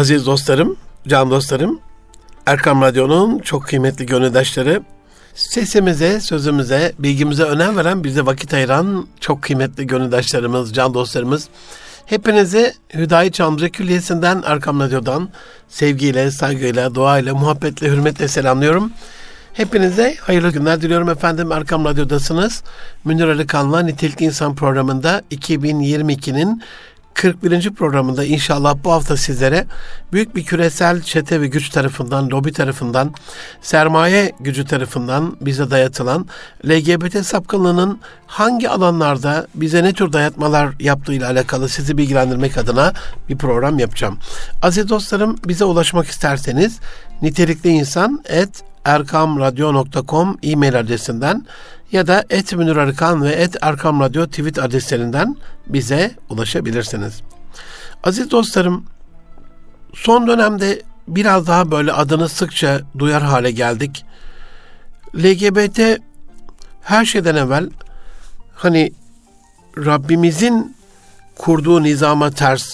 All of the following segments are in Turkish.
Aziz dostlarım, can dostlarım, Erkam Radyo'nun çok kıymetli gönüldaşları, sesimize, sözümüze, bilgimize önem veren, bize vakit ayıran çok kıymetli gönüldaşlarımız, can dostlarımız, hepinizi Hüdayi Çamlıca Külliyesi'nden, Erkam Radyo'dan sevgiyle, saygıyla, duayla, muhabbetle, hürmetle selamlıyorum. Hepinize hayırlı günler diliyorum efendim. Erkam Radyo'dasınız. Münir Arıkan'la Nitelikli İnsan programında 2022'nin 41. programında inşallah bu hafta sizlere büyük bir küresel çete ve güç tarafından, lobi tarafından, sermaye gücü tarafından bize dayatılan LGBT sapkınlığının hangi alanlarda bize ne tür dayatmalar yaptığıyla alakalı sizi bilgilendirmek adına bir program yapacağım. Aziz dostlarım, bize ulaşmak isterseniz nitelikliinsan@erkamradyo.com e-mail adresinden ya da @münirarıkan ve @erkamradyo tweet adreslerinden bize ulaşabilirsiniz. Aziz dostlarım, son dönemde biraz daha böyle adını sıkça duyar hale geldik. LGBT her şeyden evvel hani Rabbimizin kurduğu nizama ters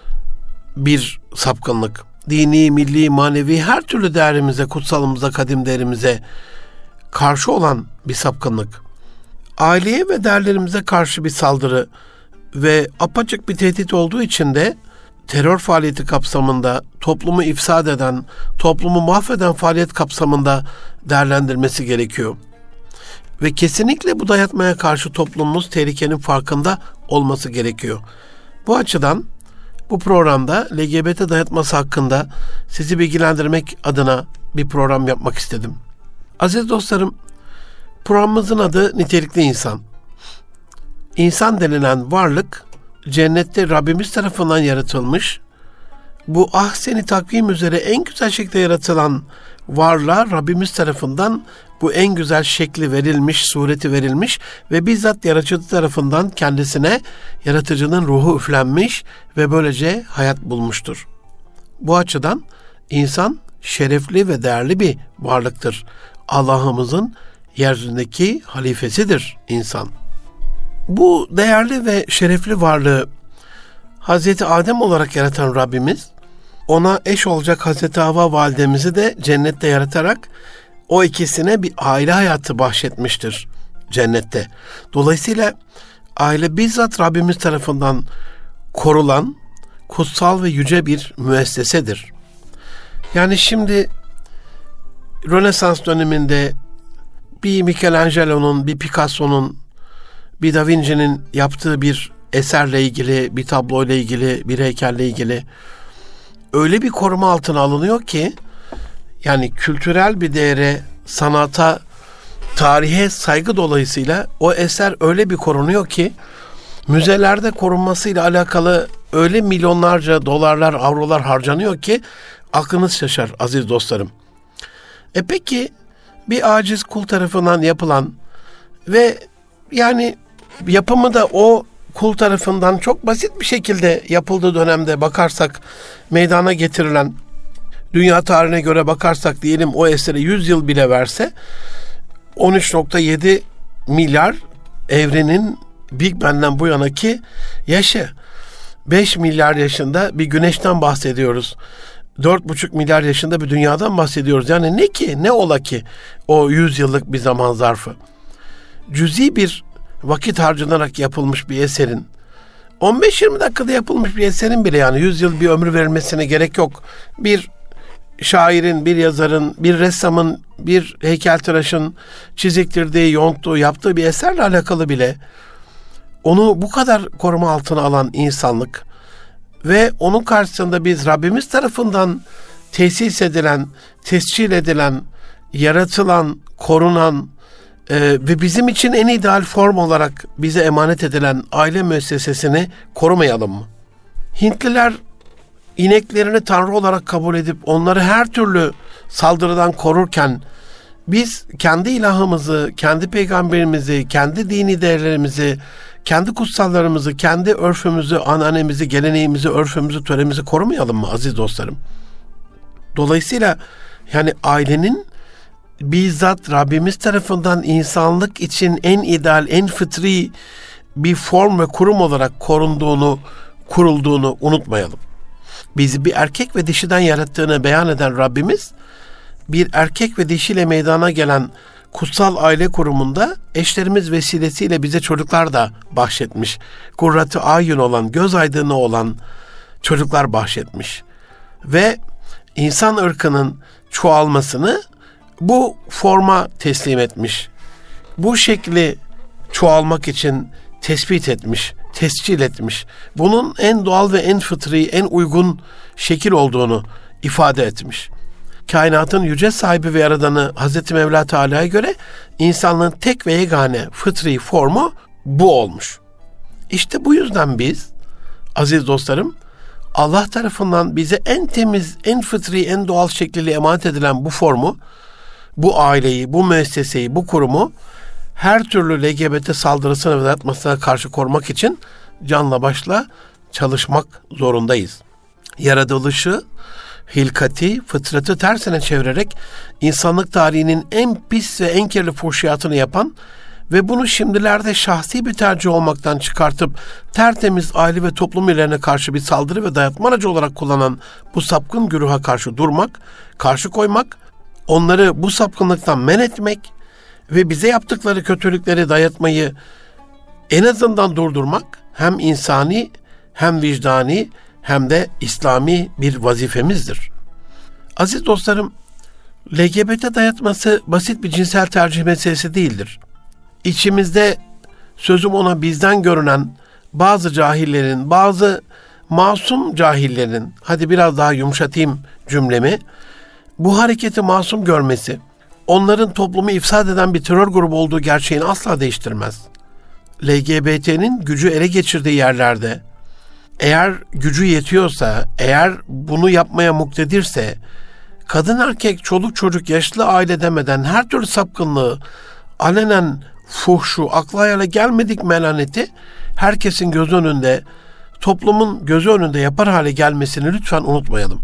bir sapkınlık. Dini, milli, manevi her türlü değerimize, kutsalımıza, kadim değerimize karşı olan bir sapkınlık. Aileye ve değerlerimize karşı bir saldırı ve apaçık bir tehdit olduğu için de terör faaliyeti kapsamında, toplumu ifsad eden, toplumu mahveden faaliyet kapsamında değerlendirmesi gerekiyor. Ve kesinlikle bu dayatmaya karşı toplumumuz tehlikenin farkında olması gerekiyor. Bu açıdan bu programda LGBT dayatması hakkında sizi bilgilendirmek adına bir program yapmak istedim. Aziz dostlarım, programımızın adı Nitelikli İnsan. İnsan denilen varlık cennette Rabbimiz tarafından yaratılmış. Bu ahsen-i takvim üzere en güzel şekilde yaratılan varlığa Rabbimiz tarafından bu en güzel şekli verilmiş, sureti verilmiş ve bizzat yaratıcı tarafından kendisine yaratıcının ruhu üflenmiş ve böylece hayat bulmuştur. Bu açıdan insan şerefli ve değerli bir varlıktır. Allah'ımızın yeryüzündeki halifesidir insan. Bu değerli ve şerefli varlığı Hazreti Adem olarak yaratan Rabbimiz, ona eş olacak Hazreti Havva validemizi de cennette yaratarak o ikisine bir aile hayatı bahşetmiştir cennette. Dolayısıyla aile bizzat Rabbimiz tarafından korulan kutsal ve yüce bir müessesedir. Yani şimdi Rönesans döneminde bir Michelangelo'nun, bir Picasso'nun, bir Da Vinci'nin yaptığı bir eserle ilgili, bir tabloyla ilgili, bir heykelle ilgili öyle bir koruma altına alınıyor ki, yani kültürel bir değere, sanata, tarihe saygı dolayısıyla o eser öyle bir korunuyor ki müzelerde korunmasıyla alakalı öyle milyonlarca dolarlar, avrolar harcanıyor ki aklınız şaşar aziz dostlarım. Peki bir aciz kul tarafından yapılan ve yani yapımı da o kul tarafından çok basit bir şekilde yapıldığı dönemde bakarsak, meydana getirilen dünya tarihine göre bakarsak diyelim o esere 100 yıl bile verse 13.7 milyar evrenin Big Bang'den bu yanaki yaşı. 5 milyar yaşında bir güneşten bahsediyoruz. 4,5 milyar yaşında bir dünyadan bahsediyoruz. Yani ne ki, ne ola ki o 100 yıllık bir zaman zarfı. Cüzi bir vakit harcanarak yapılmış bir eserin, 15-20 dakikada yapılmış bir eserin bile yani 100 yıl bir ömür verilmesine gerek yok. Bir şairin, bir yazarın, bir ressamın, bir heykeltıraşın çiziktirdiği, yonttuğu, yaptığı bir eserle alakalı bile onu bu kadar koruma altına alan insanlık ve onun karşısında biz Rabbimiz tarafından tesis edilen, tescil edilen, yaratılan, korunan ve bizim için en ideal form olarak bize emanet edilen aile müessesesini korumayalım mı? Hintliler ineklerini tanrı olarak kabul edip onları her türlü saldırıdan korurken biz kendi ilahımızı, kendi peygamberimizi, kendi dini değerlerimizi, kendi kutsallarımızı, kendi örfümüzü, ananemizi, geleneğimizi, örfümüzü, töremizi korumayalım mı aziz dostlarım? Dolayısıyla yani ailenin bizzat Rabbimiz tarafından insanlık için en ideal, en fıtri bir form ve kurum olarak korunduğunu, kurulduğunu unutmayalım. bizi bir erkek ve dişiden yarattığını beyan eden Rabbimiz, bir erkek ve dişiyle meydana gelen kutsal aile kurumunda eşlerimiz vesilesiyle bize çocuklar da bahşetmiş. Kurrat-ı ayun olan, göz aydınlığı olan çocuklar bahşetmiş. Ve insan ırkının çoğalmasını bu forma teslim etmiş. Bu şekli çoğalmak için tespit etmiş, tescil etmiş. Bunun en doğal ve en fıtri, en uygun şekil olduğunu ifade etmiş. Kainatın yüce sahibi ve yaradanı Hazreti Mevla Teala'ya göre insanlığın tek ve yegane fıtri formu bu olmuş. İşte bu yüzden biz, aziz dostlarım, Allah tarafından bize en temiz, en fıtri, en doğal şekliyle emanet edilen bu formu, bu aileyi, bu müesseseyi, bu kurumu her türlü LGBT saldırısına ve dayatmasına karşı korumak için canla başla çalışmak zorundayız. Yaratılışı, hilkati, fıtratı tersine çevirerek insanlık tarihinin en pis ve en kirli fuhşiyatını yapan ve bunu şimdilerde şahsi bir tercih olmaktan çıkartıp tertemiz aile ve toplum üyelerine karşı bir saldırı ve dayatma aracı olarak kullanan bu sapkın güruha karşı durmak, karşı koymak, onları bu sapkınlıktan men etmek ve bize yaptıkları kötülükleri dayatmayı en azından durdurmak hem insani hem vicdani hem de İslami bir vazifemizdir. Aziz dostlarım, LGBT dayatması basit bir cinsel tercih meselesi değildir. İçimizde sözüm ona bizden görünen bazı cahillerin, bazı masum cahillerin, hadi biraz daha yumuşatayım cümlemi, bu hareketi masum görmesi, onların toplumu ifsad eden bir terör grubu olduğu gerçeğini asla değiştirmez. LGBT'nin gücü ele geçirdiği yerlerde, eğer gücü yetiyorsa, eğer bunu yapmaya muktedirse, kadın erkek, çoluk çocuk, yaşlı aile demeden her türlü sapkınlığı, alenen fuhşu, akla hayale gelmedik melaneti herkesin göz önünde, toplumun gözü önünde yapar hale gelmesini lütfen unutmayalım.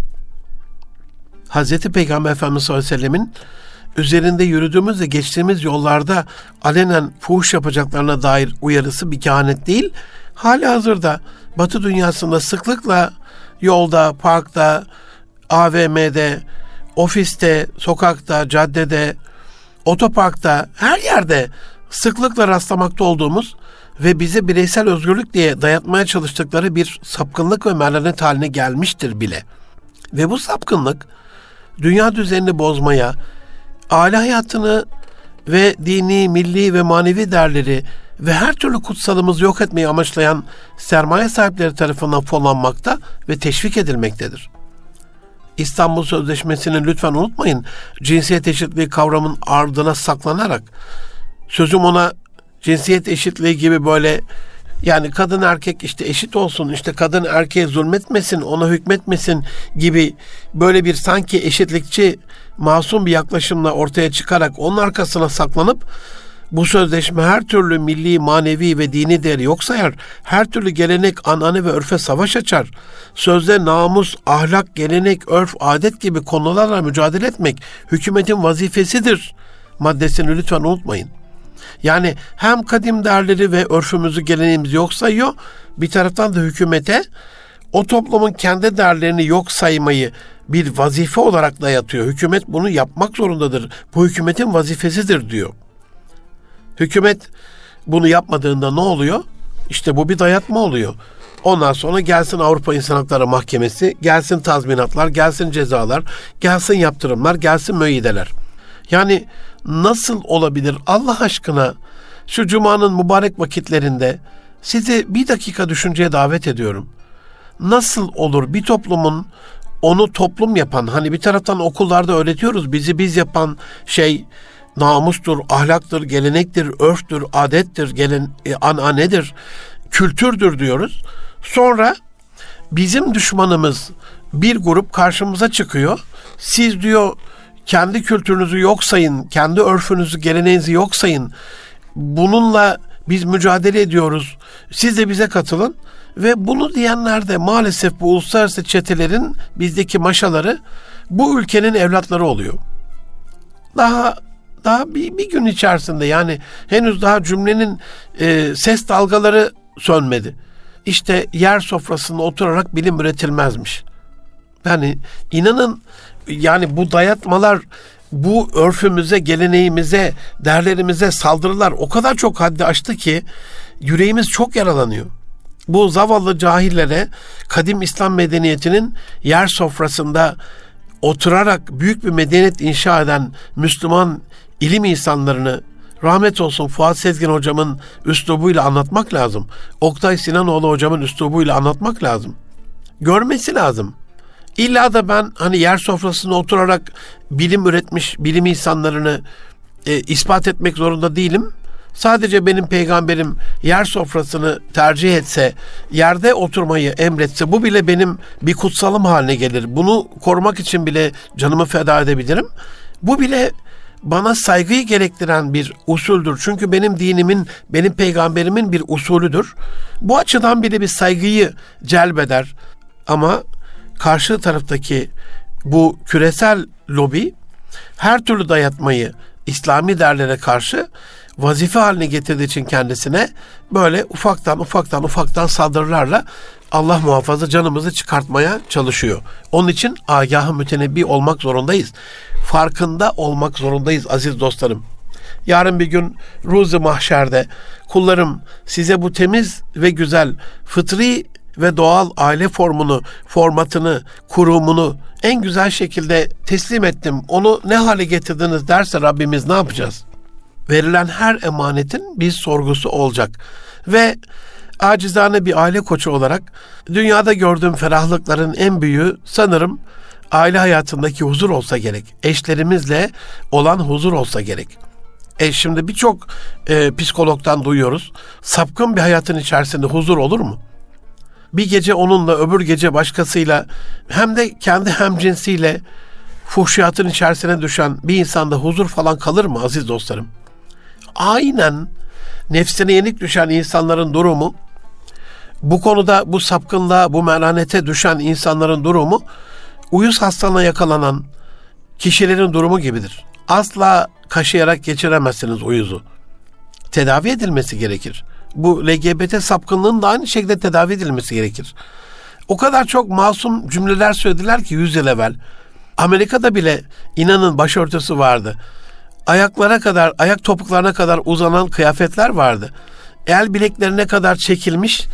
Hazreti Peygamber Efendimiz sallallahu aleyhi ve sellemin üzerinde yürüdüğümüz ve geçtiğimiz yollarda alenen fuhuş yapacaklarına dair uyarısı bir kehanet değil, halihazırda Batı dünyasında sıklıkla yolda, parkta, AVM'de, ofiste, sokakta, caddede, otoparkta, her yerde sıklıkla rastlamakta olduğumuz ve bize bireysel özgürlük diye dayatmaya çalıştıkları bir sapkınlık ve melanet haline gelmiştir bile. Ve bu sapkınlık dünya düzenini bozmaya, aile hayatını ve dini, milli ve manevi değerleri ve her türlü kutsalımızı yok etmeyi amaçlayan sermaye sahipleri tarafından fonlanmakta ve teşvik edilmektedir. İstanbul Sözleşmesi'ni lütfen unutmayın, cinsiyet eşitliği kavramının ardına saklanarak, sözüm ona cinsiyet eşitliği gibi böyle, yani kadın erkek işte eşit olsun, işte kadın erkeğe zulmetmesin, ona hükmetmesin gibi böyle bir sanki eşitlikçi, masum bir yaklaşımla ortaya çıkarak onun arkasına saklanıp bu sözleşme her türlü milli, manevi ve dini değeri yok sayar, her türlü gelenek, anane ve örfe savaş açar, sözde namus, ahlak, gelenek, örf, adet gibi konularla mücadele etmek hükümetin vazifesidir maddesini lütfen unutmayın. Yani hem kadim değerleri ve örfümüzü, geleneğimizi yok sayıyor, bir taraftan da hükümete o toplumun kendi değerlerini yok saymayı bir vazife olarak dayatıyor. Hükümet bunu yapmak zorundadır. Bu hükümetin vazifesidir diyor. Hükümet bunu yapmadığında ne oluyor? İşte bu bir dayatma oluyor. Ondan sonra gelsin Avrupa İnsan Hakları Mahkemesi, gelsin tazminatlar, gelsin cezalar, gelsin yaptırımlar, gelsin müeyyideler. Yani nasıl olabilir Allah aşkına, şu Cuma'nın mübarek vakitlerinde sizi bir dakika düşünceye davet ediyorum. Nasıl olur bir toplumun onu toplum yapan, hani bir taraftan okullarda öğretiyoruz, bizi biz yapan şey namustur, ahlaktır, gelenektir, örftür, adettir, ananedir, kültürdür diyoruz. Sonra bizim düşmanımız bir grup karşımıza çıkıyor. Siz diyor kendi kültürünüzü yok sayın, kendi örfünüzü, geleneğinizi yok sayın. Bununla biz mücadele ediyoruz. Siz de bize katılın. Ve bunu diyenler de maalesef bu uluslararası çetelerin bizdeki maşaları bu ülkenin evlatları oluyor. Daha bir gün içerisinde, yani henüz daha cümlenin ses dalgaları sönmedi. İşte yer sofrasında oturarak bilim üretilmezmiş. Yani inanın, yani bu dayatmalar, bu örfümüze, geleneğimize, değerlerimize saldırılar o kadar çok haddi aştı ki yüreğimiz çok yaralanıyor. Bu zavallı cahillere kadim İslam medeniyetinin yer sofrasında oturarak büyük bir medeniyet inşa eden Müslüman ilim insanlarını, rahmet olsun Fuat Sezgin hocamın üslubuyla anlatmak lazım. Oktay Sinanoğlu hocamın üslubuyla anlatmak lazım. Görmesi lazım. İlla da ben hani yer sofrasında oturarak bilim üretmiş bilim insanlarını ispat etmek zorunda değilim. Sadece benim peygamberim yer sofrasını tercih etse, yerde oturmayı emretse, bu bile benim bir kutsalım haline gelir. Bunu korumak için bile canımı feda edebilirim. Bu bile bana saygıyı gerektiren bir usuldür. Çünkü benim dinimin, benim peygamberimin bir usulüdür. Bu açıdan bile bir saygıyı celbeder. Ama karşı taraftaki bu küresel lobi her türlü dayatmayı İslami değerlere karşı vazife haline getirdiği için kendisine böyle ufaktan saldırılarla Allah muhafaza canımızı çıkartmaya çalışıyor. Onun için agah-ı mütenebbi olmak zorundayız. Farkında olmak zorundayız aziz dostlarım. Yarın bir gün Ruz-i Mahşer'de kullarım size bu temiz ve güzel, fıtri ve doğal aile formatını, kurumunu en güzel şekilde teslim ettim. Onu ne hale getirdiniz derse Rabbimiz ne yapacağız? Verilen her emanetin bir sorgusu olacak. Ve acizane bir aile koçu olarak dünyada gördüğüm ferahlıkların en büyüğü sanırım aile hayatındaki huzur olsa gerek. Eşlerimizle olan huzur olsa gerek. Şimdi birçok psikologdan duyuyoruz. Sapkın bir hayatın içerisinde huzur olur mu? Bir gece onunla, öbür gece başkasıyla, hem de kendi hemcinsiyle fuhşiyatın içerisine düşen bir insanda huzur falan kalır mı aziz dostlarım? Aynen nefsine yenik düşen insanların durumu, bu konuda bu sapkınlığa, bu melanete düşen insanların durumu, uyuz hastalığına yakalanan kişilerin durumu gibidir. Asla kaşıyarak geçiremezsiniz uyuzu. Tedavi edilmesi gerekir. Bu LGBT sapkınlığın da aynı şekilde tedavi edilmesi gerekir. O kadar çok masum cümleler söylediler ki 100 yıl evvel. Amerika'da bile inanın başörtüsü vardı. Ayaklara kadar, ayak topuklarına kadar uzanan kıyafetler vardı. El bileklerine kadar çekilmiş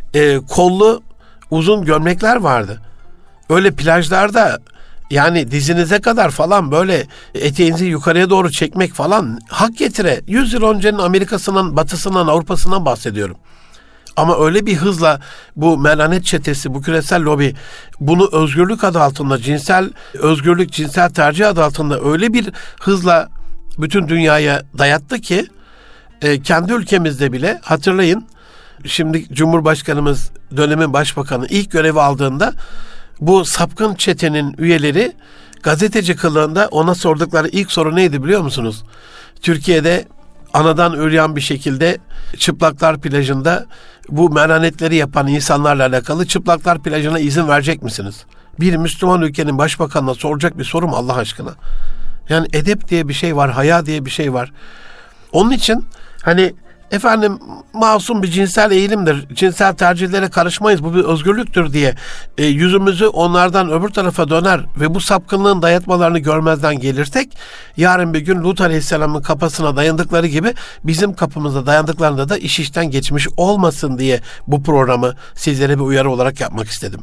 kollu uzun gömlekler vardı. Öyle plajlarda yani dizinize kadar falan böyle eteğinizi yukarıya doğru çekmek falan hak getire. 100 yıl öncenin Amerika'sından, Batısından, Avrupa'sından bahsediyorum. Ama öyle bir hızla bu melanet çetesi, bu küresel lobi bunu özgürlük adı altında, cinsel özgürlük, cinsel tercih adı altında öyle bir hızla bütün dünyaya dayattı ki kendi ülkemizde bile hatırlayın, şimdi Cumhurbaşkanımız, dönemin başbakanı ilk görevi aldığında bu sapkın çetenin üyeleri gazeteci kılığında ona sordukları ilk soru neydi biliyor musunuz? Türkiye'de anadan üryan bir şekilde Çıplaklar Plajı'nda bu melanetleri yapan insanlarla alakalı Çıplaklar Plajı'na izin verecek misiniz? Bir Müslüman ülkenin başbakanına soracak bir soru mu Allah aşkına? Yani edep diye bir şey var, haya diye bir şey var. Onun için hani efendim masum bir cinsel eğilimdir, cinsel tercihlere karışmayız, bu bir özgürlüktür diye yüzümüzü onlardan öbür tarafa döner ve bu sapkınlığın dayatmalarını görmezden gelirsek, yarın bir gün Lut Aleyhisselam'ın kapısına dayandıkları gibi bizim kapımıza dayandıklarında da iş işten geçmiş olmasın diye bu programı sizlere bir uyarı olarak yapmak istedim.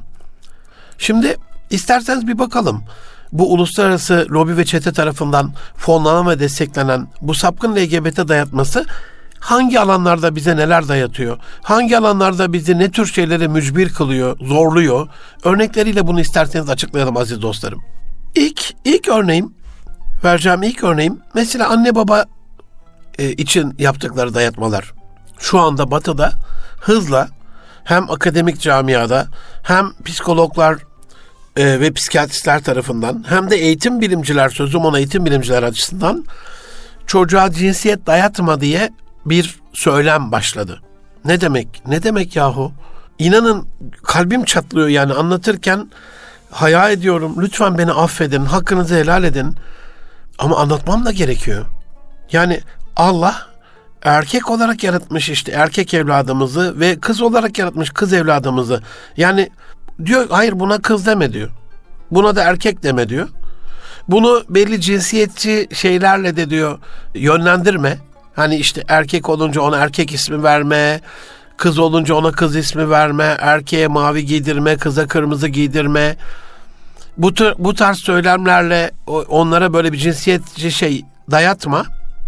Şimdi isterseniz bir bakalım. Bu uluslararası lobi ve çete tarafından fonlanan ve desteklenen bu sapkın LGBT dayatması hangi alanlarda bize neler dayatıyor? Hangi alanlarda bizi ne tür şeylere mücbir kılıyor, zorluyor? Örnekleriyle bunu isterseniz açıklayalım aziz dostlarım. İlk örneğim, vereceğim ilk örneğim mesela anne baba için yaptıkları dayatmalar. Şu anda Batı'da hızla hem akademik camiada hem psikologlar ve psikiyatristler tarafından hem de eğitim bilimciler, sözüm ona eğitim bilimciler açısından çocuğa cinsiyet dayatma diye bir söylem başladı. Ne demek? Ne demek yahu? İnanın kalbim çatlıyor yani anlatırken haya ediyorum. Lütfen beni affedin, hakkınızı helal edin. Ama anlatmam da gerekiyor. Yani Allah erkek olarak yaratmış işte erkek evladımızı ve kız olarak yaratmış kız evladımızı. Yani diyor hayır buna kız deme diyor. Buna da erkek deme diyor. Bunu belli cinsiyetçi şeylerle de diyor yönlendirme. Hani işte erkek olunca ona erkek ismi verme, kız olunca ona kız ismi verme, erkeğe mavi giydirme, kıza kırmızı giydirme. Bu tarz söylemlerle onlara böyle bir cinsiyetçi şey dayatma.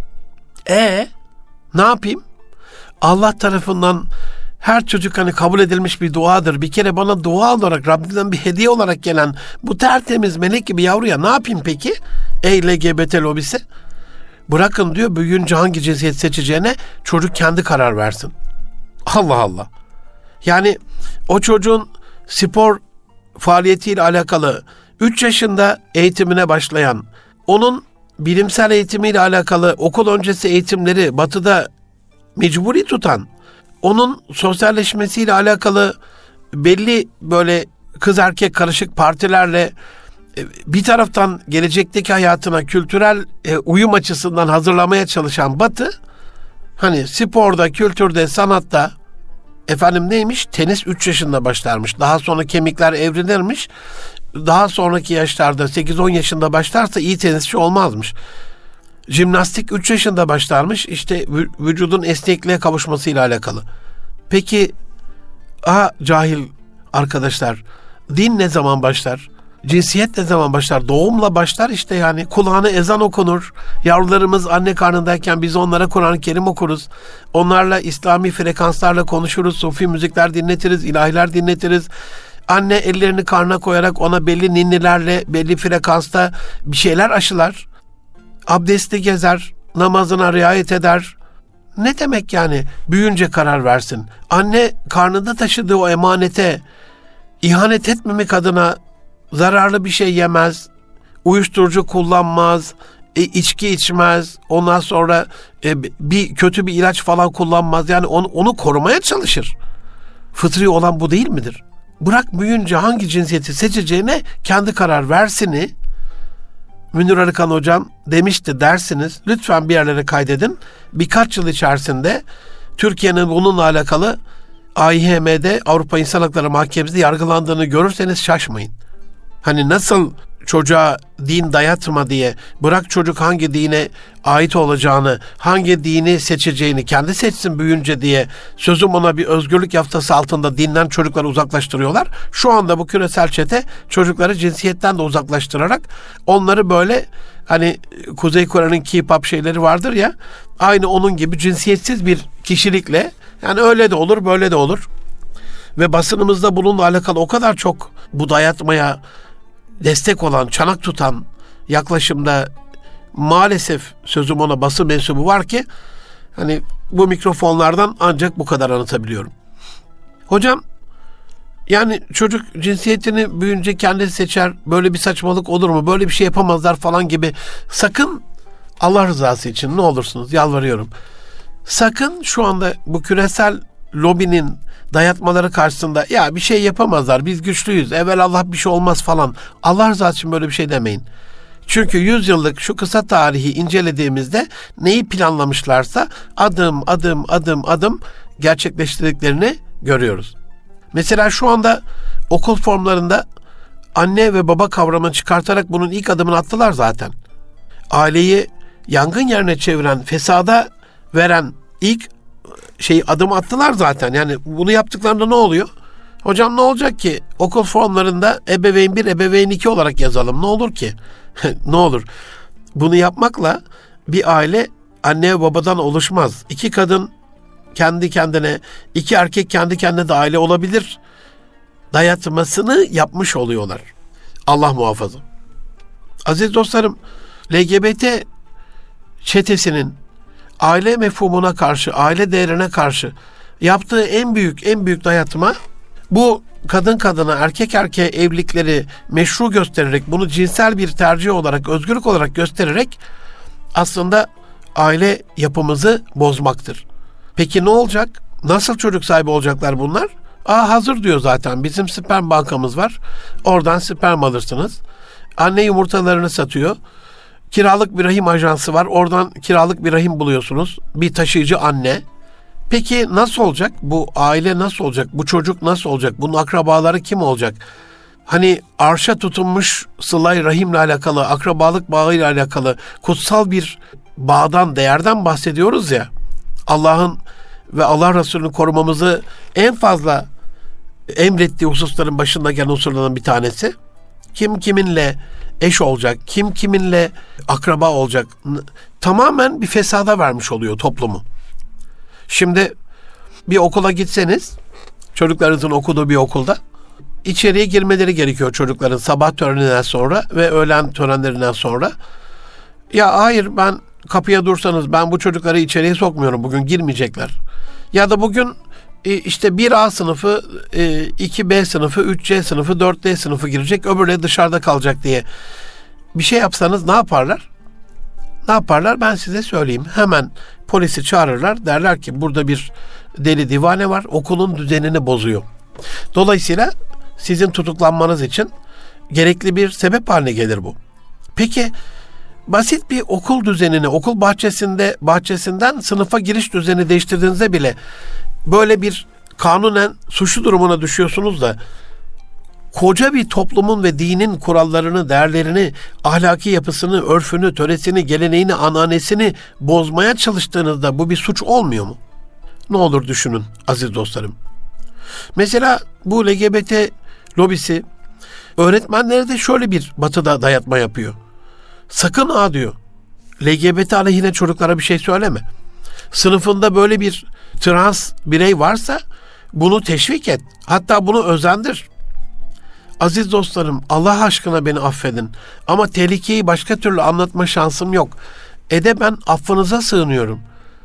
Ne yapayım? Allah tarafından her çocuk hani kabul edilmiş bir duadır. Bir kere bana dua olarak Rabbimden bir hediye olarak gelen bu tertemiz melek gibi yavruya ne yapayım peki? Ey LGBT lobisi. Bırakın diyor büyüyünce hangi cinsiyet seçeceğine çocuk kendi karar versin. Allah Allah. Yani o çocuğun spor faaliyetiyle alakalı 3 yaşında eğitimine başlayan, onun bilimsel eğitimiyle alakalı okul öncesi eğitimleri Batı'da mecburi tutan, onun sosyalleşmesiyle alakalı belli böyle kız erkek karışık partilerle bir taraftan gelecekteki hayatına kültürel uyum açısından hazırlamaya çalışan Batı, hani sporda, kültürde, sanatta neymiş? Tenis 3 yaşında başlarmış. Daha sonra kemikler evrilirmiş. Daha sonraki yaşlarda 8-10 yaşında başlarsa iyi tenisçi olmazmış. Jimnastik 3 yaşında başlarmış. İşte vücudun esnekliğe kavuşmasıyla alakalı. Peki cahil arkadaşlar, din ne zaman başlar? Cinsiyet ne zaman başlar? Doğumla başlar işte yani. Kulağına ezan okunur. Yavrularımız anne karnındayken biz onlara Kur'an-ı Kerim okuruz. Onlarla İslami frekanslarla konuşuruz. Sufi müzikler dinletiriz, ilahiler dinletiriz. Anne ellerini karnına koyarak ona belli ninnilerle, belli frekansta bir şeyler aşılar. Abdestli gezer, namazına riayet eder. Ne demek yani? Büyüyünce karar versin. Anne karnında taşıdığı o emanete ihanet etmemek adına zararlı bir şey yemez, uyuşturucu kullanmaz, içki içmez, ondan sonra kötü bir ilaç falan kullanmaz. Yani onu korumaya çalışır. Fıtri olan bu değil midir? Bırak büyüyünce hangi cinsiyeti seçeceğine kendi karar versini. Münir Arıkan hocam demişti dersiniz. Lütfen bir yerlere kaydedin. Birkaç yıl içerisinde Türkiye'nin bununla alakalı AİHM'de, Avrupa İnsan Hakları Mahkemesi'nde yargılandığını görürseniz şaşmayın. Hani nasıl çocuğa din dayatma diye, bırak çocuk hangi dine ait olacağını, hangi dini seçeceğini kendi seçsin büyüyünce diye sözüm ona bir özgürlük yaftası altında dinden çocukları uzaklaştırıyorlar. Şu anda bu küresel çete çocukları cinsiyetten de uzaklaştırarak onları böyle hani Kuzey Kore'nin K-pop şeyleri vardır ya, aynı onun gibi cinsiyetsiz bir kişilikle, yani öyle de olur böyle de olur. Ve basınımızda bununla alakalı o kadar çok bu dayatmaya destek olan, çanak tutan yaklaşımda maalesef sözüm ona basın mensubu var ki hani bu mikrofonlardan ancak bu kadar anlatabiliyorum. Hocam yani çocuk cinsiyetini büyüyünce kendisi seçer, böyle bir saçmalık olur mu, böyle bir şey yapamazlar falan gibi, sakın Allah rızası için ne olursunuz yalvarıyorum. Sakın şu anda bu küresel lobinin dayatmaları karşısında ya bir şey yapamazlar, biz güçlüyüz, evelallah bir şey olmaz falan. Allah rızası için böyle bir şey demeyin. Çünkü 100 yıllık şu kısa tarihi incelediğimizde neyi planlamışlarsa adım gerçekleştirdiklerini görüyoruz. Mesela şu anda okul formlarında anne ve baba kavramını çıkartarak bunun ilk adımını attılar zaten. Aileyi yangın yerine çeviren, fesada veren ilk adım attılar zaten. Yani bunu yaptıklarında ne oluyor? Hocam ne olacak ki? Okul formlarında ebeveyn 1, ebeveyn 2 olarak yazalım. Ne olur ki? Ne olur? Bunu yapmakla bir aile anne ve babadan oluşmaz. 2 kadın kendi kendine, 2 erkek kendi kendine de aile olabilir dayatmasını yapmış oluyorlar. Allah muhafaza. Aziz dostlarım, LGBT çetesinin aile mefhumuna karşı, aile değerine karşı yaptığı en büyük dayatma, bu kadın kadına, erkek erkeğe evlilikleri meşru göstererek, bunu cinsel bir tercih olarak, özgürlük olarak göstererek aslında aile yapımızı bozmaktır. Peki ne olacak? Nasıl çocuk sahibi olacaklar bunlar? Hazır diyor zaten. Bizim sperm bankamız var. Oradan sperm alırsınız. Anne yumurtalarını satıyor. Kiralık bir rahim ajansı var. Oradan kiralık bir rahim buluyorsunuz. Bir taşıyıcı anne. Peki nasıl olacak? Bu aile nasıl olacak? Bu çocuk nasıl olacak? Bunun akrabaları kim olacak? Hani arşa tutunmuş sıla-i rahimle alakalı, akrabalık bağıyla alakalı kutsal bir bağdan, değerden bahsediyoruz ya. Allah'ın ve Allah Resulü'nün korumamızı en fazla emrettiği hususların başında gelen unsurlardan bir tanesi. Kim kiminle eş olacak, kim kiminle akraba olacak, tamamen bir fesada vermiş oluyor toplumu. Şimdi bir okula gitseniz, çocuklarınızın okuduğu bir okulda içeriye girmeleri gerekiyor çocukların sabah töreninden sonra ve öğlen törenlerinden sonra. Ya hayır, ben kapıya dursanız ben bu çocukları içeriye sokmuyorum, bugün girmeyecekler. Ya da bugün işte 1A sınıfı, 2B sınıfı, 3C sınıfı, 4D sınıfı girecek, öbürleri dışarıda kalacak diye bir şey yapsanız ne yaparlar? Ne yaparlar? Ben size söyleyeyim. Hemen polisi çağırırlar. Derler ki burada bir deli divane var. Okulun düzenini bozuyor. Dolayısıyla sizin tutuklanmanız için gerekli bir sebep haline gelir bu. Peki basit bir okul düzenini, okul bahçesinden sınıfa giriş düzeni değiştirdiğinizde bile böyle bir kanunen suçlu durumuna düşüyorsunuz da koca bir toplumun ve dinin kurallarını, değerlerini, ahlaki yapısını, örfünü, töresini, geleneğini, ananesini bozmaya çalıştığınızda bu bir suç olmuyor mu? Ne olur düşünün aziz dostlarım. Mesela bu LGBT lobisi öğretmenlere de şöyle bir batıda dayatma yapıyor. Sakın ha diyor, LGBT aleyhine çocuklara bir şey söyleme. Sınıfında böyle bir trans birey varsa bunu teşvik et. Hatta bunu özendir. Aziz dostlarım, Allah aşkına beni affedin. Ama tehlikeyi başka türlü anlatma şansım yok. Ben affınıza sığınıyorum.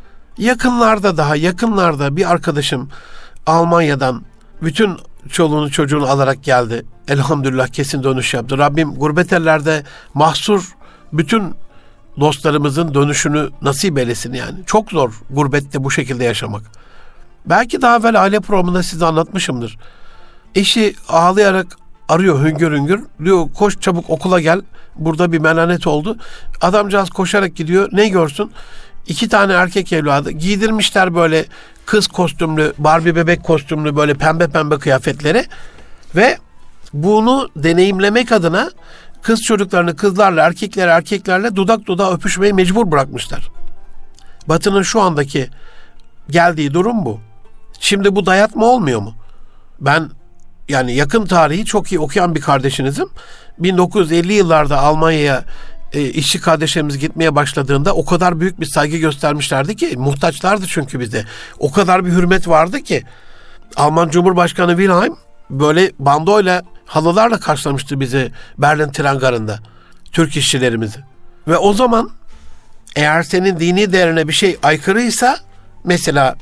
Yakınlarda bir arkadaşım Almanya'dan bütün çoluğunu çocuğunu alarak geldi. Elhamdülillah kesin dönüş yaptı. Rabbim gurbet ellerde mahsur bütün dostlarımızın dönüşünü nasip eylesin yani. Çok zor gurbette bu şekilde yaşamak. Belki daha evvel aile programında size anlatmışımdır. Eşi ağlayarak arıyor hüngür hüngür. Diyor koş çabuk okula gel. Burada bir melanet oldu. Adamcağız koşarak gidiyor. Ne görsün? 2 tane erkek evladı giydirmişler böyle kız kostümlü, Barbie bebek kostümlü böyle pembe pembe kıyafetleri ve bunu deneyimlemek adına kız çocuklarını kızlarla, erkeklerle dudak dudağa öpüşmeye mecbur bırakmışlar. Batı'nın şu andaki geldiği durum bu. Şimdi bu dayatma olmuyor mu? Ben yani yakın tarihi çok iyi okuyan bir kardeşinizim. 1950 yıllarda Almanya'ya işçi kardeşlerimiz gitmeye başladığında o kadar büyük bir saygı göstermişlerdi ki, muhtaçlardı çünkü bize. O kadar bir hürmet vardı ki Alman Cumhurbaşkanı Wilhelm böyle bandoyla, halılarla karşılamıştı bizi Berlin tren garında, Türk işçilerimizi. Ve o zaman eğer senin dini değerine bir şey aykırıysa mesela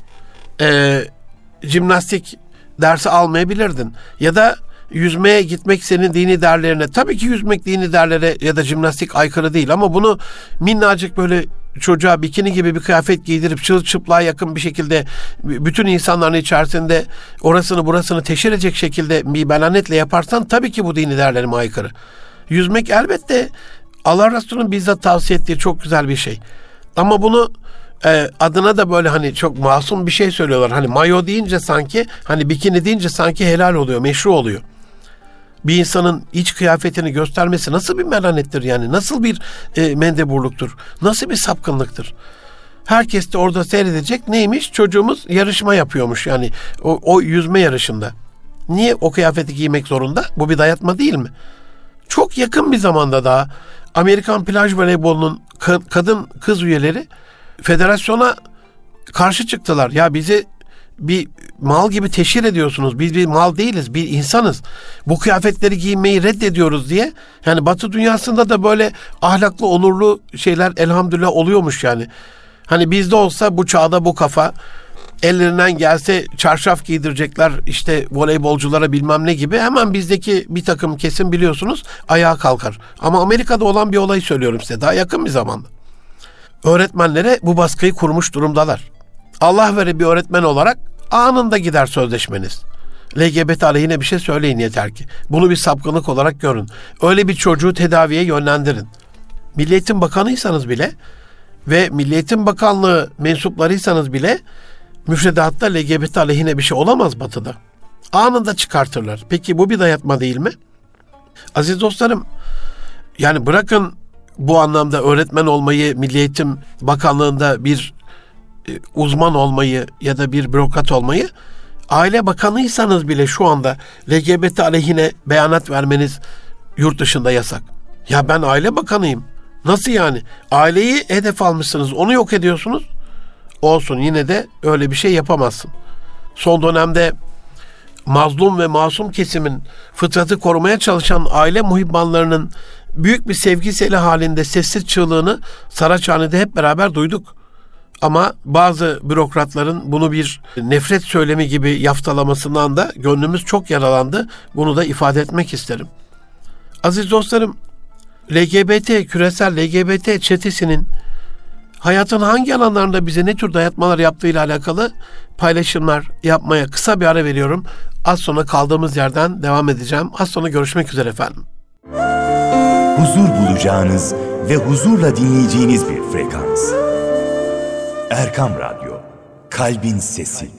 jimnastik dersi almayabilirdin. Ya da yüzmeye gitmek senin dini değerlerine, tabii ki yüzmek dini değerlere ya da jimnastik aykırı değil ama bunu minnacık böyle çocuğa bikini gibi bir kıyafet giydirip çırılçıplığa yakın bir şekilde bütün insanların içerisinde orasını burasını teşhir edecek şekilde bir melanetle yaparsan tabii ki bu dini değerlerime aykırı. Yüzmek elbette Allah Resulü'nün bizzat tavsiye ettiği çok güzel bir şey. Ama bunu adına da böyle hani çok masum bir şey söylüyorlar. Hani mayo deyince sanki, hani bikini deyince sanki helal oluyor, meşru oluyor. Bir insanın iç kıyafetini göstermesi nasıl bir melanettir yani? Nasıl bir mendeburluktur? Nasıl bir sapkınlıktır? Herkes de orada seyredecek. Neymiş? Çocuğumuz yarışma yapıyormuş yani o yüzme yarışında. Niye o kıyafeti giymek zorunda? Bu bir dayatma değil mi? Çok yakın bir zamanda daha Amerikan plaj voleybolunun kadın kız üyeleri federasyona karşı çıktılar. Ya bizi bir mal gibi teşhir ediyorsunuz. Biz bir mal değiliz, bir insanız. Bu kıyafetleri giymeyi reddediyoruz diye. Yani Batı dünyasında da böyle ahlaklı, onurlu şeyler elhamdülillah oluyormuş yani. Hani bizde olsa bu çağda bu kafa ellerinden gelse çarşaf giydirecekler işte voleybolculara bilmem ne gibi, hemen bizdeki bir takım kesim biliyorsunuz ayağa kalkar. Ama Amerika'da olan bir olayı söylüyorum size daha yakın bir zamanda. Öğretmenlere bu baskıyı kurmuş durumdalar. Allah vere bir öğretmen olarak anında gider sözleşmeniz. LGBT aleyhine bir şey söyleyin yeter ki. Bunu bir sapkınlık olarak görün. Öyle bir çocuğu tedaviye yönlendirin. Milli Eğitim Bakanıysanız bile ve Milli Eğitim Bakanlığı mensuplarıysanız bile müfredatta LGBT aleyhine bir şey olamaz Batı'da. Anında çıkartırlar. Peki bu bir dayatma değil mi? Aziz dostlarım, yani bırakın bu anlamda öğretmen olmayı, Milli Eğitim Bakanlığı'nda bir uzman olmayı ya da bir bürokrat olmayı, Aile Bakanıysanız bile şu anda LGBT aleyhine beyanat vermeniz yurt dışında yasak. Ya ben Aile Bakanıyım. Nasıl yani? Aileyi hedef almışsınız, onu yok ediyorsunuz. Olsun, yine de öyle bir şey yapamazsın. Son dönemde mazlum ve masum kesimin fıtratı korumaya çalışan aile muhibbanlarının büyük bir sevgi halinde sessiz çığlığını Saraçhane'de hep beraber duyduk. Ama bazı bürokratların bunu bir nefret söylemi gibi yaftalamasından da gönlümüz çok yaralandı. Bunu da ifade etmek isterim. Aziz dostlarım, küresel LGBT çetesinin hayatın hangi alanlarında bize ne tür dayatmalar yaptığıyla alakalı paylaşımlar yapmaya kısa bir ara veriyorum. Az sonra kaldığımız yerden devam edeceğim. Az sonra görüşmek üzere efendim. Huzur bulacağınız ve huzurla dinleyeceğiniz bir frekans. Erkam Radyo, Kalbin Sesi.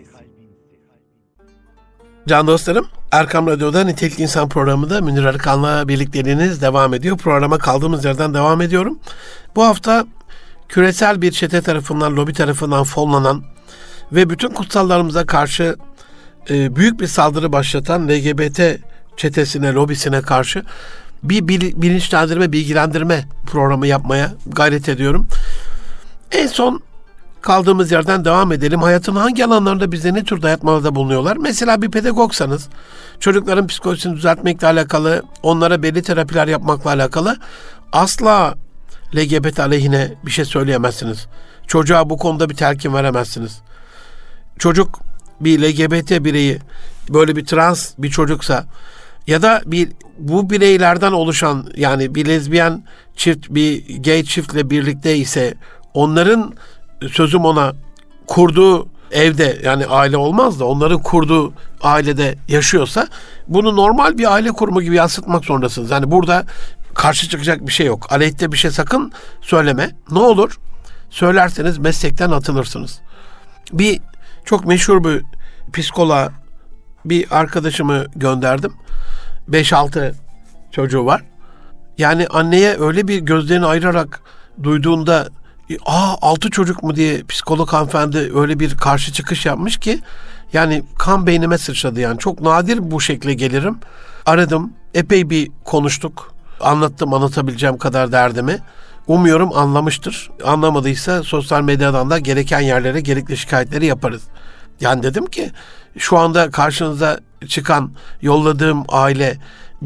Can dostlarım, Erkam Radyo'da Nitelikli İnsan programında Münir Arıkan'la birlikteliğiniz devam ediyor. Programa kaldığımız yerden devam ediyorum. Bu hafta küresel bir çete tarafından, lobi tarafından fonlanan ve bütün kutsallarımıza karşı büyük bir saldırı başlatan LGBT çetesine, lobisine karşı bir bilinçlendirme, bilgilendirme programı yapmaya gayret ediyorum. En son kaldığımız yerden devam edelim. Hayatın hangi alanlarında bize ne tür dayatmalarda bulunuyorlar? Mesela bir pedagogsanız, çocukların psikolojisini düzeltmekle alakalı, onlara belli terapiler yapmakla alakalı asla LGBT aleyhine bir şey söyleyemezsiniz. Çocuğa bu konuda bir telkin veremezsiniz. Çocuk bir LGBT bireyi, böyle bir trans bir çocuksa ya da bu bireylerden oluşan, yani bir lezbiyen çift, bir gay çiftle birlikte ise onların, sözüm ona, kurduğu evde, yani aile olmaz da onların kurduğu ailede yaşıyorsa bunu normal bir aile kurumu gibi yansıtmak zorundasınız. Yani burada karşı çıkacak bir şey yok. Aleyhte bir şey sakın söyleme. Ne olur? Söylerseniz meslekten atılırsınız. Bir çok meşhur bir psikoloğa bir arkadaşımı gönderdim. 5-6 çocuğu var. Yani anneye öyle bir gözlerini ayırarak duyduğunda 6 çocuk mu diye psikolog hanımefendi öyle bir karşı çıkış yapmış ki yani kan beynime sıçradı yani. Çok nadir bu şekle gelirim. Aradım, epey bir konuştuk. Anlatabileceğim kadar derdimi. Umuyorum anlamıştır. Anlamadıysa sosyal medyadan da gereken yerlere gerekli şikayetleri yaparız. Yani dedim ki şu anda karşınıza çıkan, yolladığım aile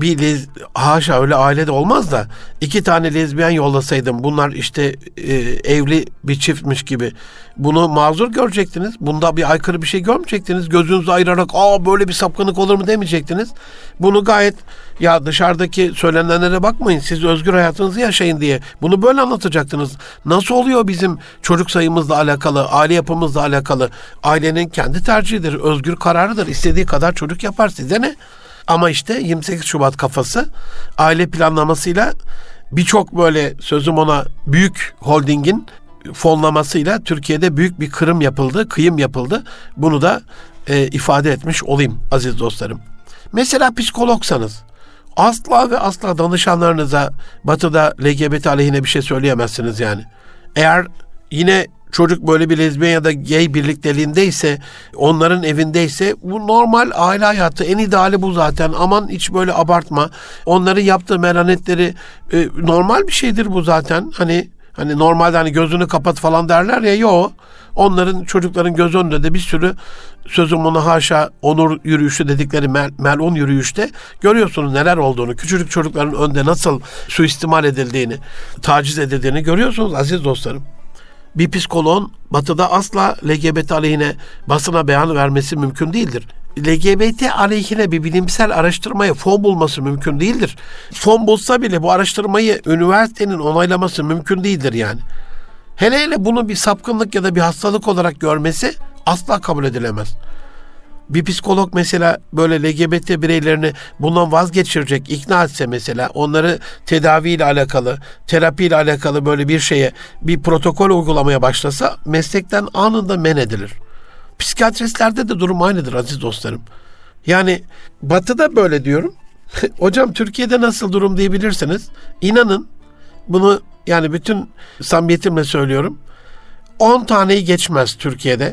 haşa öyle aile de olmaz da 2 tane lezbiyen yollasaydım, bunlar işte evli bir çiftmiş gibi, bunu mazur görecektiniz. Bunda bir aykırı bir şey görmeyecektiniz. Gözünüzü ayırarak böyle bir sapkınlık olur mu demeyecektiniz. Bunu gayet, ya dışarıdaki söylenenlere bakmayın, siz özgür hayatınızı yaşayın diye bunu böyle anlatacaktınız. Nasıl oluyor bizim çocuk sayımızla alakalı, aile yapımızla alakalı? Ailenin kendi tercihidir, özgür kararıdır. İstediği kadar çocuk yapar, size ne? Ama işte 28 Şubat kafası, aile planlamasıyla birçok böyle, sözüm ona, büyük holdingin fonlamasıyla Türkiye'de büyük bir kıyım yapıldı. Bunu da ifade etmiş olayım aziz dostlarım. Mesela psikologsanız asla ve asla danışanlarınıza Batı'da LGBT aleyhine bir şey söyleyemezsiniz yani. Eğer yine çocuk böyle bir lezbiyen ya da gay birlikteliğindeyse, onların evindeyse, bu normal aile hayatı, en ideali bu zaten. Aman hiç böyle abartma. Onların yaptığı melanetleri normal bir şeydir bu zaten. Hani normalde gözünü kapat falan derler ya, yok. Onların, çocukların göz önünde de bir sürü, sözüm ona haşa, onur yürüyüşü dedikleri melun yürüyüşte görüyorsunuz neler olduğunu. Küçücük çocukların önünde nasıl suistimal edildiğini, taciz edildiğini görüyorsunuz aziz dostlarım. Bir psikoloğun Batı'da asla LGBT aleyhine basına beyan vermesi mümkün değildir. LGBT aleyhine bir bilimsel araştırmaya fon bulması mümkün değildir. Fon bulsa bile bu araştırmayı üniversitenin onaylaması mümkün değildir yani. Hele bunu bir sapkınlık ya da bir hastalık olarak görmesi asla kabul edilemez. Bir psikolog mesela böyle LGBT bireylerini bundan vazgeçirecek, ikna etse mesela, onları tedaviyle alakalı, terapiyle alakalı böyle bir bir protokol uygulamaya başlasa meslekten anında men edilir. Psikiyatristlerde de durum aynıdır aziz dostlarım. Yani Batı'da böyle diyorum. Hocam Türkiye'de nasıl durum diyebilirsiniz. İnanın bunu yani bütün samimiyetimle söylüyorum. 10 taneyi geçmez Türkiye'de.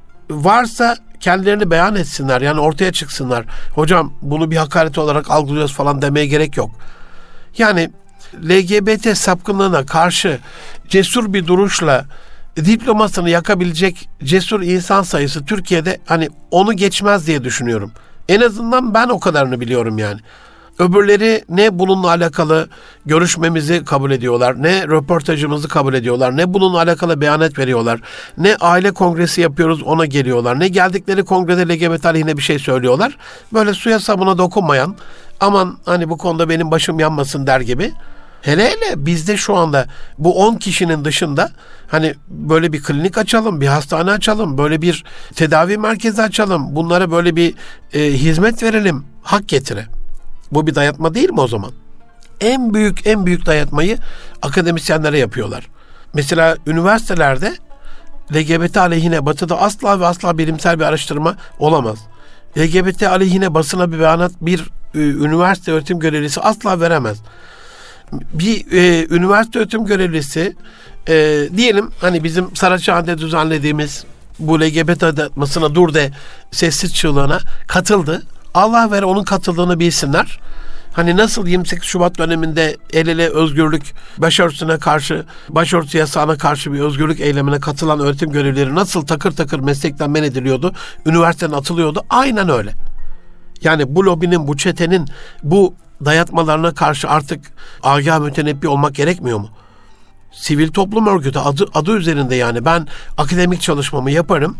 Varsa kendilerini beyan etsinler. Yani ortaya çıksınlar. Hocam bunu bir hakaret olarak algılıyoruz falan demeye gerek yok. Yani LGBT sapkınlığına karşı cesur bir duruşla diplomasını yakabilecek cesur insan sayısı Türkiye'de hani onu geçmez diye düşünüyorum. En azından ben o kadarını biliyorum yani. Öbürleri ne bununla alakalı görüşmemizi kabul ediyorlar, ne röportajımızı kabul ediyorlar, ne bununla alakalı beyanet veriyorlar, ne aile kongresi yapıyoruz ona geliyorlar, ne geldikleri kongrede LGBT aleyhine bir şey söylüyorlar. Böyle suya sabuna dokunmayan, aman hani bu konuda benim başım yanmasın der gibi. Hele bizde şu anda bu 10 kişinin dışında hani böyle bir klinik açalım, bir hastane açalım, böyle bir tedavi merkezi açalım, bunlara böyle bir hizmet verelim, hak getire. Bu bir dayatma değil mi o zaman? En büyük dayatmayı akademisyenlere yapıyorlar. Mesela üniversitelerde LGBT aleyhine Batı'da asla ve asla bilimsel bir araştırma olamaz. LGBT aleyhine basına bir beyanat bir üniversite öğretim görevlisi asla veremez. Bir üniversite öğretim görevlisi diyelim hani bizim Saraçhane'de düzenlediğimiz bu LGBT dayatmasına dur de sessiz çığlığına katıldı. Allah ver onun katıldığını bilsinler. Hani nasıl 28 Şubat döneminde el ele özgürlük başörtüsüne karşı, başörtüsü yasağına karşı bir özgürlük eylemine katılan öğretim görevlileri nasıl takır takır meslekten men ediliyordu, üniversiteden atılıyordu. Aynen öyle. Yani bu lobinin, bu çetenin, bu dayatmalarına karşı artık agah mütenebbi olmak gerekmiyor mu? Sivil toplum örgütü adı üzerinde yani ben akademik çalışmamı yaparım.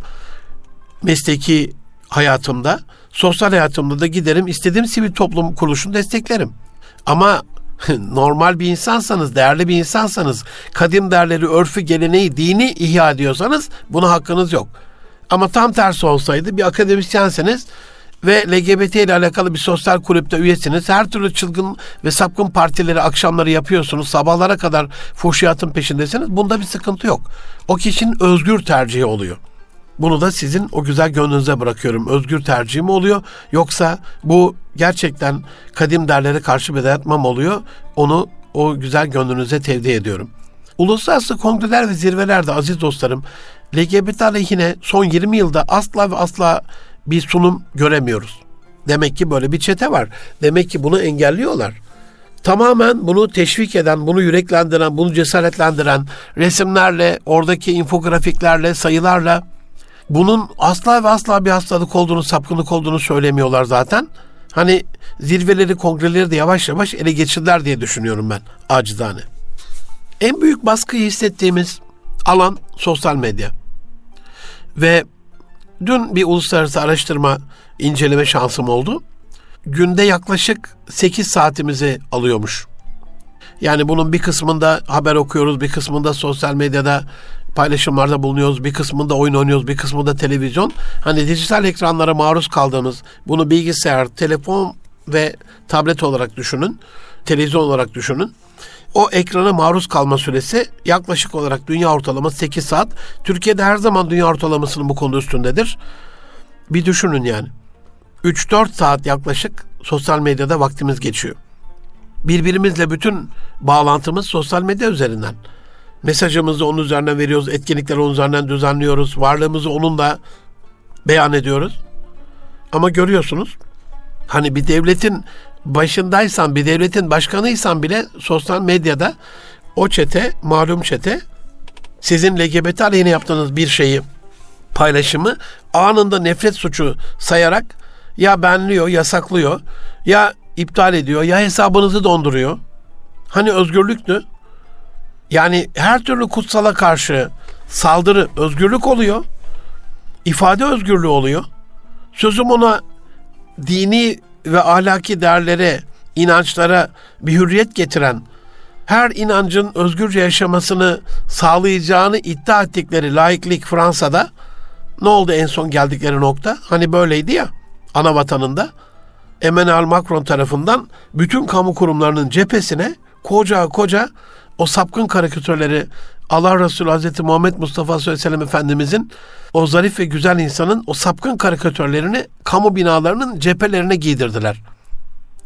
Mesleki hayatımda, sosyal hayatımda da giderim istediğim sivil toplum kuruluşunu desteklerim. Ama normal bir insansanız, değerli bir insansanız, kadim değerleri, örfü, geleneği, dini ihya ediyorsanız buna hakkınız yok. Ama tam tersi olsaydı bir akademisyenseniz ve LGBT ile alakalı bir sosyal kulüpte üyesiniz. Her türlü çılgın ve sapkın partileri akşamları yapıyorsunuz. Sabahlara kadar fuhşiyatın peşindesiniz. Bunda bir sıkıntı yok. O kişinin özgür tercihi oluyor. Bunu da sizin o güzel gönlünüze bırakıyorum. Özgür tercih mi oluyor? Yoksa bu gerçekten kadim değerlere karşı bir dayatma mı oluyor? Onu o güzel gönlünüze tevdi ediyorum. Uluslararası kongreler ve zirvelerde aziz dostlarım, LGBT aleyhine son 20 yılda asla ve asla bir sunum göremiyoruz. Demek ki böyle bir çete var. Demek ki bunu engelliyorlar. Tamamen bunu teşvik eden, bunu yüreklendiren, bunu cesaretlendiren resimlerle, oradaki infografiklerle, sayılarla bunun asla ve asla bir hastalık olduğunu, sapkınlık olduğunu söylemiyorlar zaten. Hani zirveleri, kongreleri de yavaş yavaş ele geçirdiler diye düşünüyorum ben acizane. En büyük baskıyı hissettiğimiz alan sosyal medya. Ve dün bir uluslararası araştırma inceleme şansım oldu. Günde yaklaşık 8 saatimizi alıyormuş. Yani bunun bir kısmında haber okuyoruz, bir kısmında sosyal medyada paylaşımlarda bulunuyoruz, bir kısmında oyun oynuyoruz, bir kısmında televizyon. Hani dijital ekranlara maruz kaldığımız, bunu bilgisayar, telefon ve tablet olarak düşünün, televizyon olarak düşünün. O ekrana maruz kalma süresi yaklaşık olarak dünya ortalaması 8 saat. Türkiye'de her zaman dünya ortalamasının bu konuda üstündedir. Bir düşünün yani. 3-4 saat yaklaşık sosyal medyada vaktimiz geçiyor. Birbirimizle bütün bağlantımız sosyal medya üzerinden. Mesajımızı onun üzerinden veriyoruz, etkinlikleri onun üzerinden düzenliyoruz, varlığımızı onunla beyan ediyoruz. Ama görüyorsunuz, hani bir devletin başındaysan, bir devletin başkanıysan bile sosyal medyada o çete, malum çete, sizin LGBT aleyhine yaptığınız bir şeyi, paylaşımı anında nefret suçu sayarak ya benliyor, yasaklıyor, ya iptal ediyor, ya hesabınızı donduruyor. Hani özgürlüktü. Yani her türlü kutsala karşı saldırı özgürlük oluyor. İfade özgürlüğü oluyor. Sözüm ona dini ve ahlaki değerlere, inançlara bir hürriyet getiren, her inancın özgürce yaşamasını sağlayacağını iddia ettikleri laiklik Fransa'da ne oldu en son geldikleri nokta? Hani böyleydi ya ana vatanında. Emmanuel Macron tarafından bütün kamu kurumlarının cephesine koca o sapkın karikatürleri Allah Resulü Hazreti Muhammed Mustafa sallallahu aleyhi ve sellem Efendimizin o zarif ve güzel insanın o sapkın karikatürlerini kamu binalarının cephelerine giydirdiler.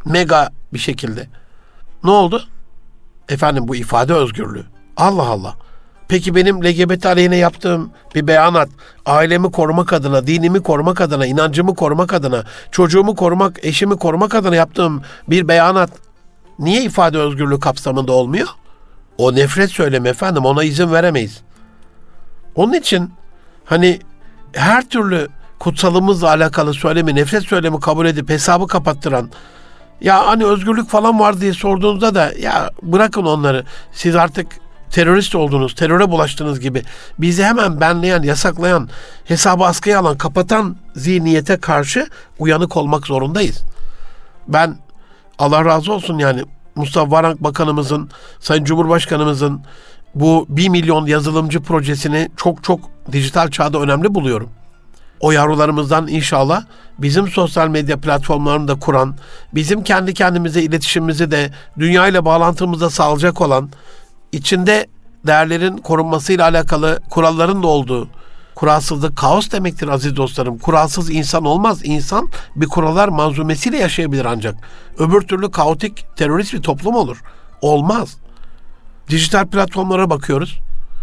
Mega bir şekilde. Ne oldu? Efendim bu ifade özgürlüğü. Allah Allah. Peki benim LGBT aleyhine yaptığım bir beyanat, ailemi korumak adına, dinimi korumak adına, inancımı korumak adına, çocuğumu korumak, eşimi korumak adına yaptığım bir beyanat niye ifade özgürlüğü kapsamında olmuyor? O nefret söylemi efendim, ona izin veremeyiz. Onun için hani her türlü kutsalımızla alakalı söylemi, nefret söylemi kabul edip hesabı kapattıran, ya hani özgürlük falan var diye sorduğunuzda da ya bırakın onları, siz artık terörist oldunuz, teröre bulaştınız gibi bizi hemen benleyen, yasaklayan, hesabı askıya alan, kapatan zihniyete karşı uyanık olmak zorundayız. Ben Allah razı olsun yani Mustafa Varank Bakanımızın, Sayın Cumhurbaşkanımızın bu 1 milyon yazılımcı projesini çok dijital çağda önemli buluyorum. O yavrularımızdan inşallah bizim sosyal medya platformlarını da kuran, bizim kendi kendimize iletişimimizi de dünya ile bağlantımızı da sağlayacak olan, içinde değerlerin korunmasıyla alakalı kuralların da olduğu, kuralsızlık kaos demektir aziz dostlarım. Kuralsız insan olmaz. İnsan bir kurallar manzumesiyle yaşayabilir ancak. Öbür türlü kaotik, terörist bir toplum olur. Olmaz. Dijital platformlara bakıyoruz.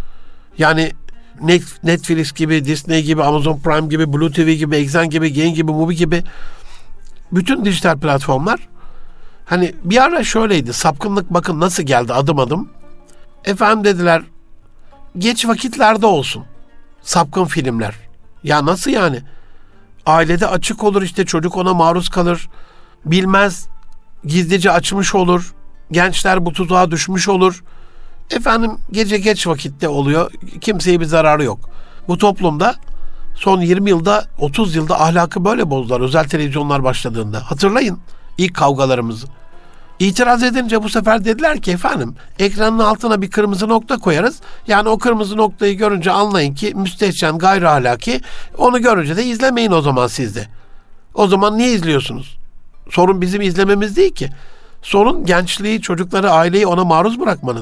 Yani Netflix gibi, Disney gibi, Amazon Prime gibi, Blue TV gibi, Exxen gibi, Gain gibi, Mubi gibi bütün dijital platformlar hani bir ara şöyleydi. Sapkınlık bakın nasıl geldi adım adım. Efendim dediler geç vakitlerde olsun sapkın filmler. Ya nasıl yani? Ailede açık olur işte, çocuk ona maruz kalır. Bilmez, gizlice açmış olur. Gençler bu tuzağa düşmüş olur. Efendim gece geç vakitte oluyor. Kimseye bir zararı yok. Bu toplumda son 20 yılda, 30 yılda ahlakı böyle bozdular. Özel televizyonlar başladığında. Hatırlayın ilk kavgalarımızı. İtiraz edince bu sefer dediler ki efendim ekranın altına bir kırmızı nokta koyarız. Yani o kırmızı noktayı görünce anlayın ki müstehcen, gayri ahlaki. Onu görünce de izlemeyin o zaman siz de. O zaman niye izliyorsunuz? Sorun bizim izlememiz değil ki. Sorun gençliği, çocukları, aileyi ona maruz bırakmanız.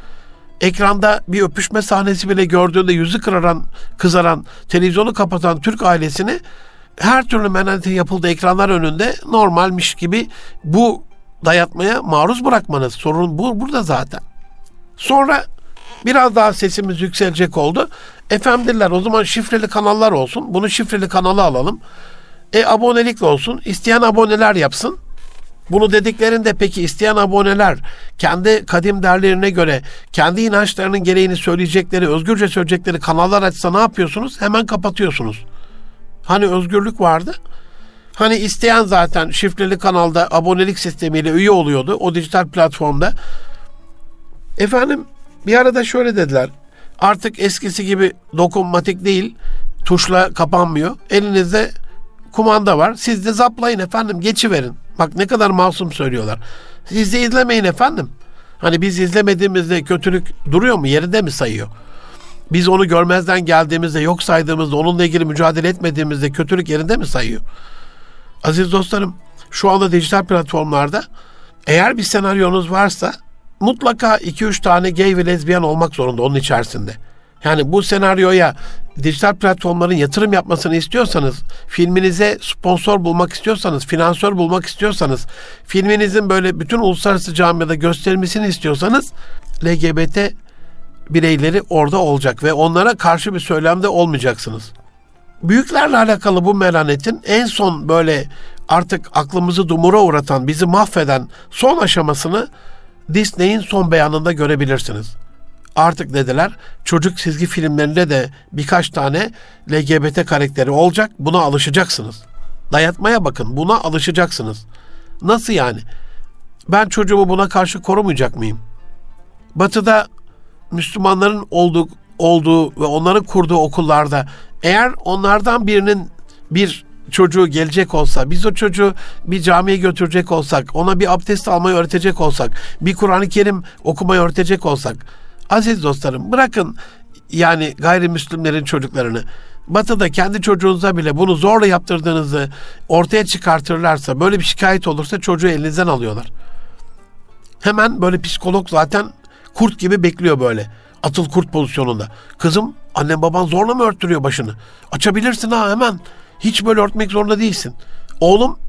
Ekranda bir öpüşme sahnesi bile gördüğünde yüzü kızaran, televizyonu kapatan Türk ailesini her türlü menanetin yapıldığı ekranlar önünde normalmiş gibi bu dayatmaya maruz bırakmanız. Sorun burada zaten. Sonra biraz daha sesimiz yükselecek oldu. Efendim dediler o zaman şifreli kanallar olsun. Bunu şifreli kanala alalım. Abonelikle olsun. İsteyen aboneler yapsın. Bunu dediklerinde peki isteyen aboneler kendi kadim değerlerine göre, kendi inançlarının gereğini söyleyecekleri, özgürce söyleyecekleri kanallar açsa ne yapıyorsunuz? Hemen kapatıyorsunuz. Hani özgürlük vardı? Hani isteyen zaten şifreli kanalda abonelik sistemiyle üye oluyordu o dijital platformda. Efendim bir arada şöyle dediler. Artık eskisi gibi dokunmatik değil, tuşla kapanmıyor. Elinizde kumanda var. Siz de zaplayın efendim, geçiverin. Bak ne kadar masum söylüyorlar. Siz de izlemeyin efendim. Hani biz izlemediğimizde kötülük duruyor mu? Yerinde mi sayıyor? Biz onu görmezden geldiğimizde, yok saydığımızda, onunla ilgili mücadele etmediğimizde kötülük yerinde mi sayıyor? Aziz dostlarım, şu anda dijital platformlarda eğer bir senaryonuz varsa mutlaka 2-3 tane gay ve lezbiyen olmak zorunda onun içerisinde. Yani bu senaryoya dijital platformların yatırım yapmasını istiyorsanız, filminize sponsor bulmak istiyorsanız, finansör bulmak istiyorsanız, filminizin böyle bütün uluslararası camiada gösterilmesini istiyorsanız LGBT bireyleri orada olacak ve onlara karşı bir söylemde olmayacaksınız. Büyüklerle alakalı bu melanetin en son böyle artık aklımızı dumura uğratan, bizi mahveden son aşamasını Disney'in son beyanında görebilirsiniz. Artık dediler çocuk çizgi filmlerinde de birkaç tane LGBT karakteri olacak. Buna alışacaksınız. Dayatmaya bakın, buna alışacaksınız. Nasıl yani? Ben çocuğumu buna karşı korumayacak mıyım? Batı'da Müslümanların olduğu ve onların kurduğu okullarda eğer onlardan birinin bir çocuğu gelecek olsa, biz o çocuğu bir camiye götürecek olsak, ona bir abdest almayı öğretecek olsak, bir Kur'an-ı Kerim okumayı öğretecek olsak, aziz dostlarım bırakın yani gayrimüslimlerin çocuklarını, Batı'da kendi çocuğunuza bile bunu zorla yaptırdığınızı ortaya çıkartırlarsa, böyle bir şikayet olursa çocuğu elinizden alıyorlar. Hemen böyle psikolog zaten kurt gibi bekliyor böyle. Atıl kurt pozisyonunda. Kızım, annen baban zorla mı örttürüyor başını? Açabilirsin ha hemen. Hiç böyle örtmek zorunda değilsin. Oğlum,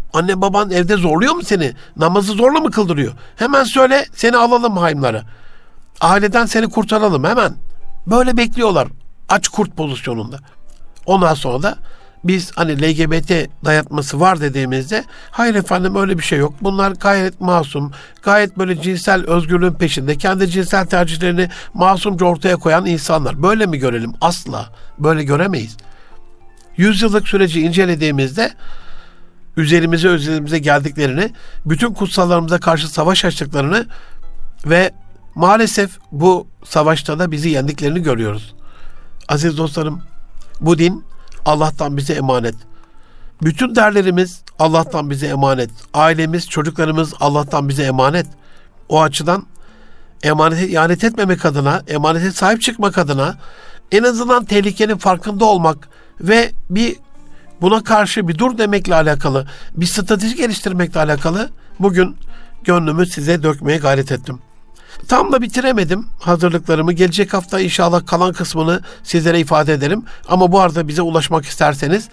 Anne baban evde zorluyor mu seni? Namazı zorla mı kıldırıyor? Hemen söyle, seni alalım haymlara. Aileden seni kurtaralım hemen. Böyle bekliyorlar. Aç kurt pozisyonunda. Ondan sonra da biz hani LGBT dayatması var dediğimizde hayır efendim öyle bir şey yok. Bunlar gayet masum, gayet böyle cinsel özgürlüğün peşinde, kendi cinsel tercihlerini masumca ortaya koyan insanlar. Böyle mi görelim? Asla. Böyle göremeyiz. 100 yıllık süreci incelediğimizde üzerimize geldiklerini, bütün kutsallarımıza karşı savaş açtıklarını ve maalesef bu savaşta da bizi yendiklerini görüyoruz. Aziz dostlarım, bu din Allah'tan bize emanet. Bütün değerlerimiz Allah'tan bize emanet. Ailemiz, çocuklarımız Allah'tan bize emanet. O açıdan emanete ihanet etmemek adına, emanete sahip çıkmak adına en azından tehlikenin farkında olmak ve buna karşı bir dur demekle alakalı, bir strateji geliştirmekle alakalı bugün gönlümü size dökmeye gayret ettim. Tam da bitiremedim hazırlıklarımı. Gelecek hafta inşallah kalan kısmını sizlere ifade ederim. Ama bu arada bize ulaşmak isterseniz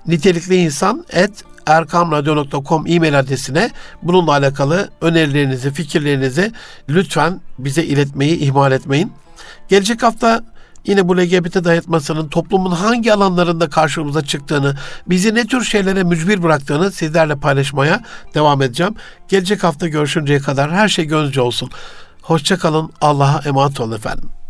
nitelikliinsan@erkamradyo.com e-mail adresine bununla alakalı önerilerinizi, fikirlerinizi lütfen bize iletmeyi ihmal etmeyin. Gelecek hafta yine bu LGBT dayatmasının toplumun hangi alanlarında karşımıza çıktığını, bizi ne tür şeylere mücbir bıraktığını sizlerle paylaşmaya devam edeceğim. Gelecek hafta görüşünceye kadar her şey gönlünüzce olsun. Hoşça kalın. Allah'a emanet olun efendim.